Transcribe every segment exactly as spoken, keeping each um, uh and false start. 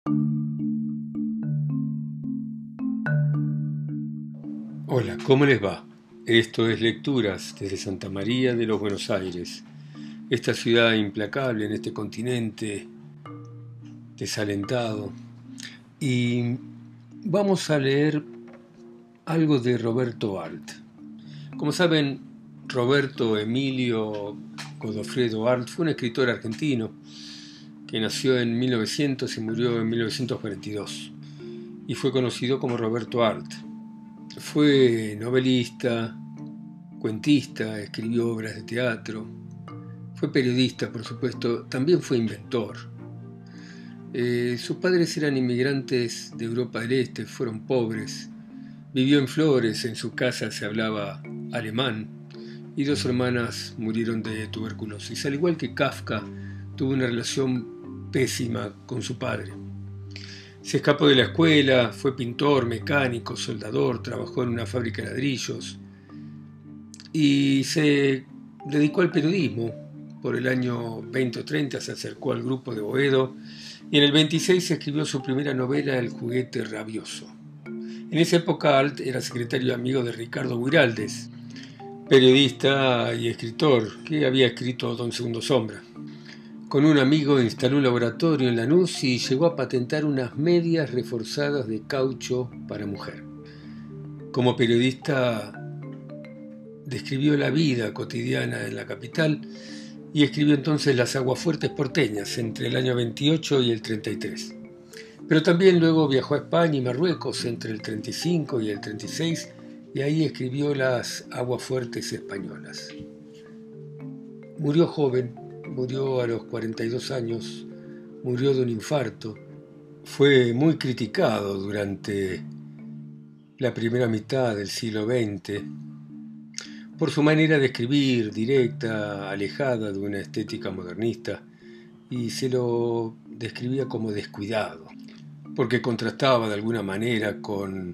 Hola, ¿cómo les va? Esto es Lecturas desde Santa María de los Buenos Aires, esta ciudad implacable en este continente desalentado. Y vamos a leer algo de Roberto Arlt. Como saben, Roberto Emilio Godofredo Arlt fue un escritor argentino que nació en mil novecientos y murió en mil novecientos cuarenta y dos, y fue conocido como Roberto Arlt. Fue novelista, cuentista, escribió obras de teatro, fue periodista, por supuesto, también fue inventor. Eh, sus padres eran inmigrantes de Europa del Este, fueron pobres. Vivió en Flores, en su casa se hablaba alemán, y dos hermanas murieron de tuberculosis. Al igual que Kafka, tuvo una relación pésima con su padre. Se escapó de la escuela, fue pintor, mecánico, soldador, trabajó en una fábrica de ladrillos y se dedicó al periodismo. Por el año veinte o treinta se acercó al grupo de Boedo y en el veintiséis escribió su primera novela, El juguete rabioso. En esa época Arlt era secretario y amigo de Ricardo Buiraldes, periodista y escritor que había escrito Don Segundo Sombra. Con un amigo instaló un laboratorio en Lanús y llegó a patentar unas medias reforzadas de caucho para mujer. Como periodista describió la vida cotidiana en la capital y escribió entonces Las aguafuertes porteñas entre el año veintiocho y el treinta y tres. Pero también luego viajó a España y Marruecos entre el treinta y cinco y el treinta y seis y ahí escribió Las aguafuertes españolas. Murió joven, murió a los cuarenta y dos años, murió de un infarto. Fue muy criticado durante la primera mitad del siglo veinte por su manera de escribir, directa, alejada de una estética modernista, y se lo describía como descuidado, porque contrastaba de alguna manera con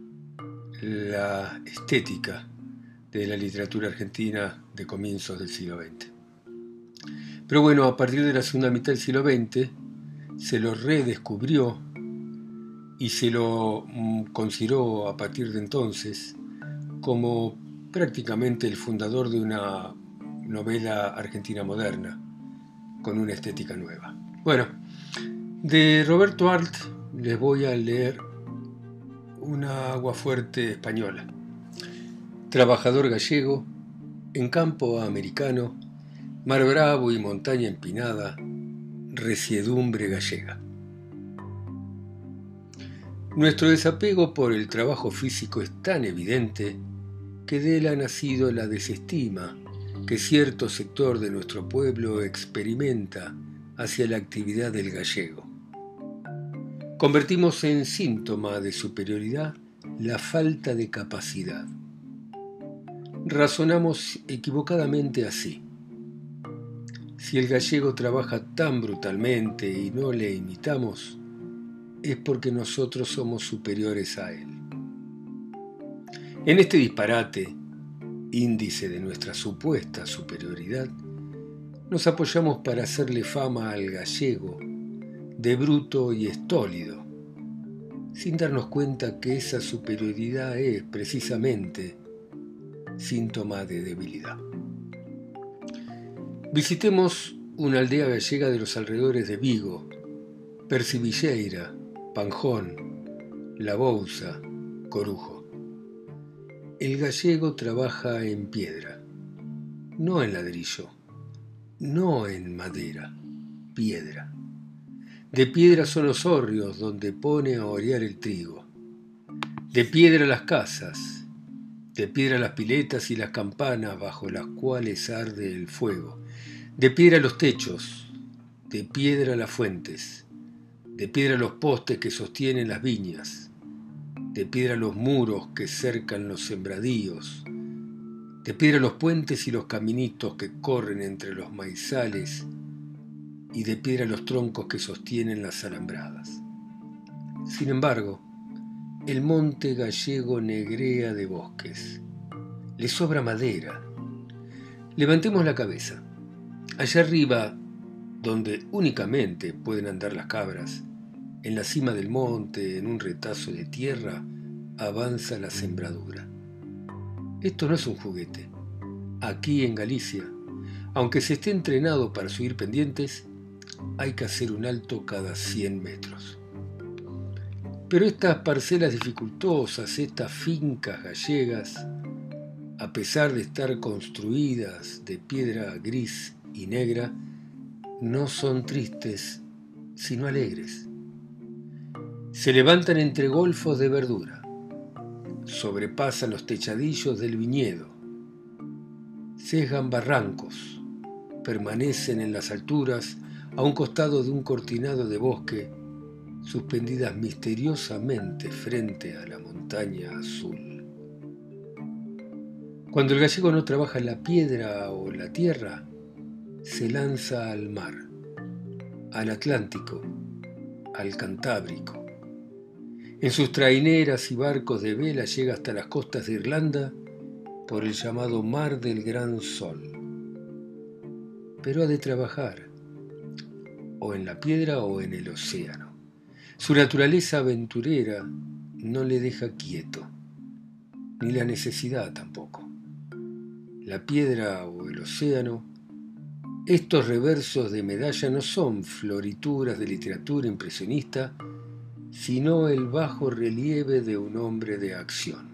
la estética de la literatura argentina de comienzos del siglo veinte. Pero bueno, a partir de la segunda mitad del siglo veinte se lo redescubrió y se lo consideró a partir de entonces como prácticamente el fundador de una novela argentina moderna, con una estética nueva. Bueno, de Roberto Arlt les voy a leer una aguafuerte española. Trabajador gallego, en campo americano, mar bravo y montaña empinada, resiedumbre gallega. Nuestro desapego por el trabajo físico es tan evidente que de él ha nacido la desestima que cierto sector de nuestro pueblo experimenta hacia la actividad del gallego. Convertimos en síntoma de superioridad la falta de capacidad. Razonamos equivocadamente así. Si el gallego trabaja tan brutalmente y no le imitamos, es porque nosotros somos superiores a él. En este disparate, índice de nuestra supuesta superioridad, nos apoyamos para hacerle fama al gallego de bruto y estólido, sin darnos cuenta que esa superioridad es precisamente síntoma de debilidad. Visitemos una aldea gallega de los alrededores de Vigo, Percivilleira, Panjón, La Bouza, Corujo. El gallego trabaja en piedra, no en ladrillo, no en madera, piedra. De piedra son los hórreos donde pone a orear el trigo. De piedra las casas, de piedra las piletas y las campanas bajo las cuales arde el fuego. De piedra los techos, de piedra las fuentes, de piedra los postes que sostienen las viñas, de piedra los muros que cercan los sembradíos, de piedra los puentes y los caminitos que corren entre los maizales, y de piedra los troncos que sostienen las alambradas. Sin embargo, el monte gallego negrea de bosques. Le sobra madera. Levantemos la cabeza. Allá arriba, donde únicamente pueden andar las cabras, En la cima del monte, en un retazo de tierra, avanza la sembradura. Esto no es un juguete. Aquí en Galicia, aunque se esté entrenado para subir pendientes, hay que hacer un alto cada cien metros. Pero estas parcelas dificultosas, estas fincas gallegas, a pesar de estar construidas de piedra gris y negra, no son tristes, sino alegres. Se levantan entre golfos de verdura, sobrepasan los techadillos del viñedo, sesgan barrancos, permanecen en las alturas a un costado de un cortinado de bosque, suspendidas misteriosamente frente a la montaña azul. Cuando el gallego no trabaja la piedra o la tierra, se lanza al mar, al Atlántico, al Cantábrico. En sus traineras y barcos de vela llega hasta las costas de Irlanda por el llamado Mar del Gran Sol. Pero ha de trabajar, o en la piedra o en el océano. Su naturaleza aventurera no le deja quieto, ni la necesidad tampoco. La piedra o el océano, estos reversos de medalla no son florituras de literatura impresionista, sino el bajo relieve de un hombre de acción.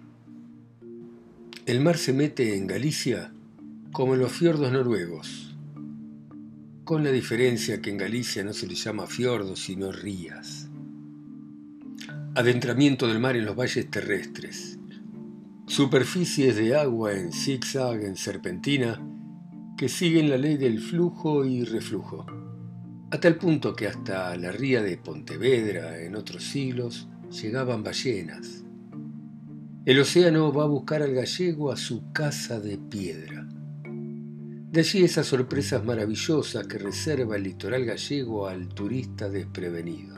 El mar se mete en Galicia como en los fiordos noruegos, con la diferencia que en Galicia no se le llama fiordos sino rías. Adentramiento del mar en los valles terrestres, superficies de agua en zigzag, en serpentina, que siguen la ley del flujo y reflujo, a tal punto que hasta la ría de Pontevedra en otros siglos llegaban ballenas. El océano va a buscar al gallego a su casa de piedra. De allí esas sorpresas maravillosas que reserva el litoral gallego al turista desprevenido.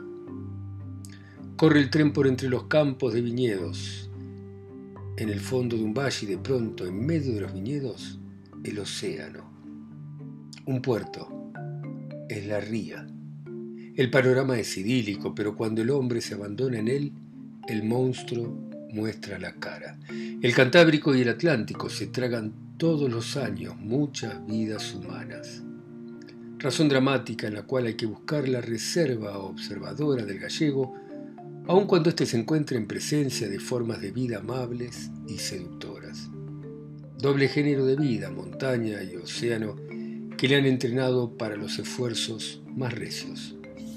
Corre el tren por entre los campos de viñedos. En el fondo de un valle y de pronto, en medio de los viñedos, el océano. Un puerto. Es la ría. El panorama es idílico, pero cuando el hombre se abandona en él, el monstruo muestra la cara. El Cantábrico y el Atlántico se tragan todos los años muchas vidas humanas. Razón dramática en la cual hay que buscar la reserva observadora del gallego, aun cuando éste se encuentre en presencia de formas de vida amables y seductoras. Doble género de vida, montaña y océano, que le han entrenado para los esfuerzos más recios.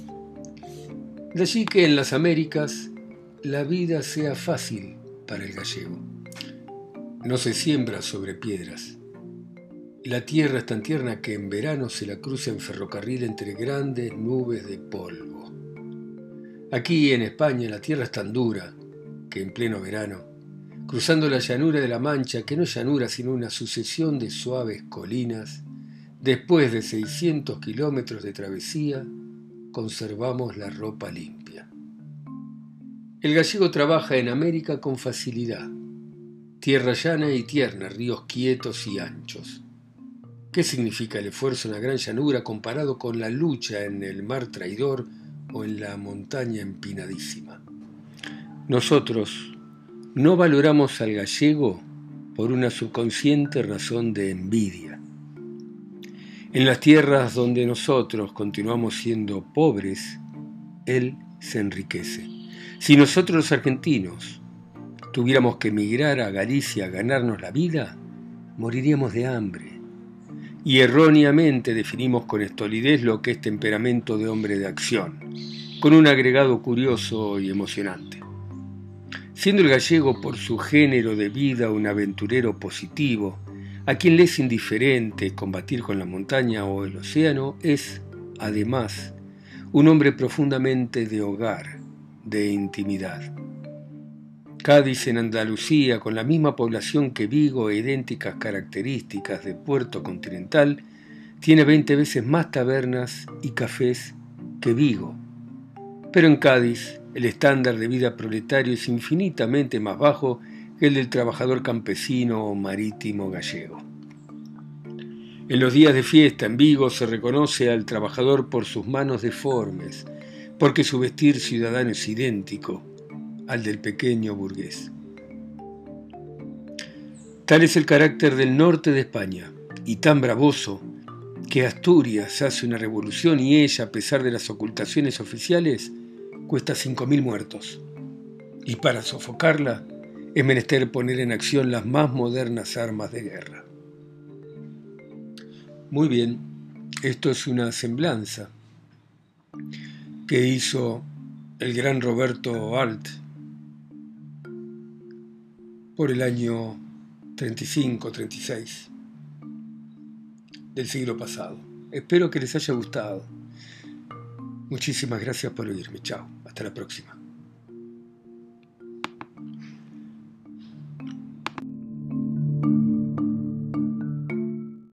De allí que en las Américas la vida sea fácil para el gallego. No se siembra sobre piedras. La tierra es tan tierna que en verano se la cruza en ferrocarril entre grandes nubes de polvo. Aquí en España la tierra es tan dura que en pleno verano, cruzando la llanura de la Mancha, que no es llanura sino una sucesión de suaves colinas, después de seiscientos kilómetros de travesía, conservamos la ropa limpia. El gallego trabaja en América con facilidad. Tierra llana y tierna, ríos quietos y anchos. ¿Qué significa el esfuerzo en la gran llanura comparado con la lucha en el mar traidor o en la montaña empinadísima? Nosotros no valoramos al gallego por una subconsciente razón de envidia. En las tierras donde nosotros continuamos siendo pobres, él se enriquece. Si nosotros los argentinos tuviéramos que emigrar a Galicia a ganarnos la vida, moriríamos de hambre. Y erróneamente definimos con estolidez lo que es temperamento de hombre de acción, con un agregado curioso y emocionante. Siendo el gallego por su género de vida un aventurero positivo, a quien le es indiferente combatir con la montaña o el océano, es, además, un hombre profundamente de hogar, de intimidad. Cádiz en Andalucía, con la misma población que Vigo e idénticas características de puerto continental, tiene veinte veces más tabernas y cafés que Vigo. Pero en Cádiz, el estándar de vida proletario es infinitamente más bajo que el del trabajador campesino o marítimo gallego. En los días de fiesta en Vigo se reconoce al trabajador por sus manos deformes, porque su vestir ciudadano es idéntico al del pequeño burgués. Tal es el carácter del norte de España, y tan bravoso, que Asturias hace una revolución y ella, a pesar de las ocultaciones oficiales, cuesta cinco mil muertos. Y para sofocarla, es menester poner en acción las más modernas armas de guerra. Muy bien, esto es una semblanza que hizo el gran Roberto Alt por el año treinta y cinco, treinta y seis del siglo pasado. Espero que les haya gustado. Muchísimas gracias por oírme. Chao. Hasta la próxima.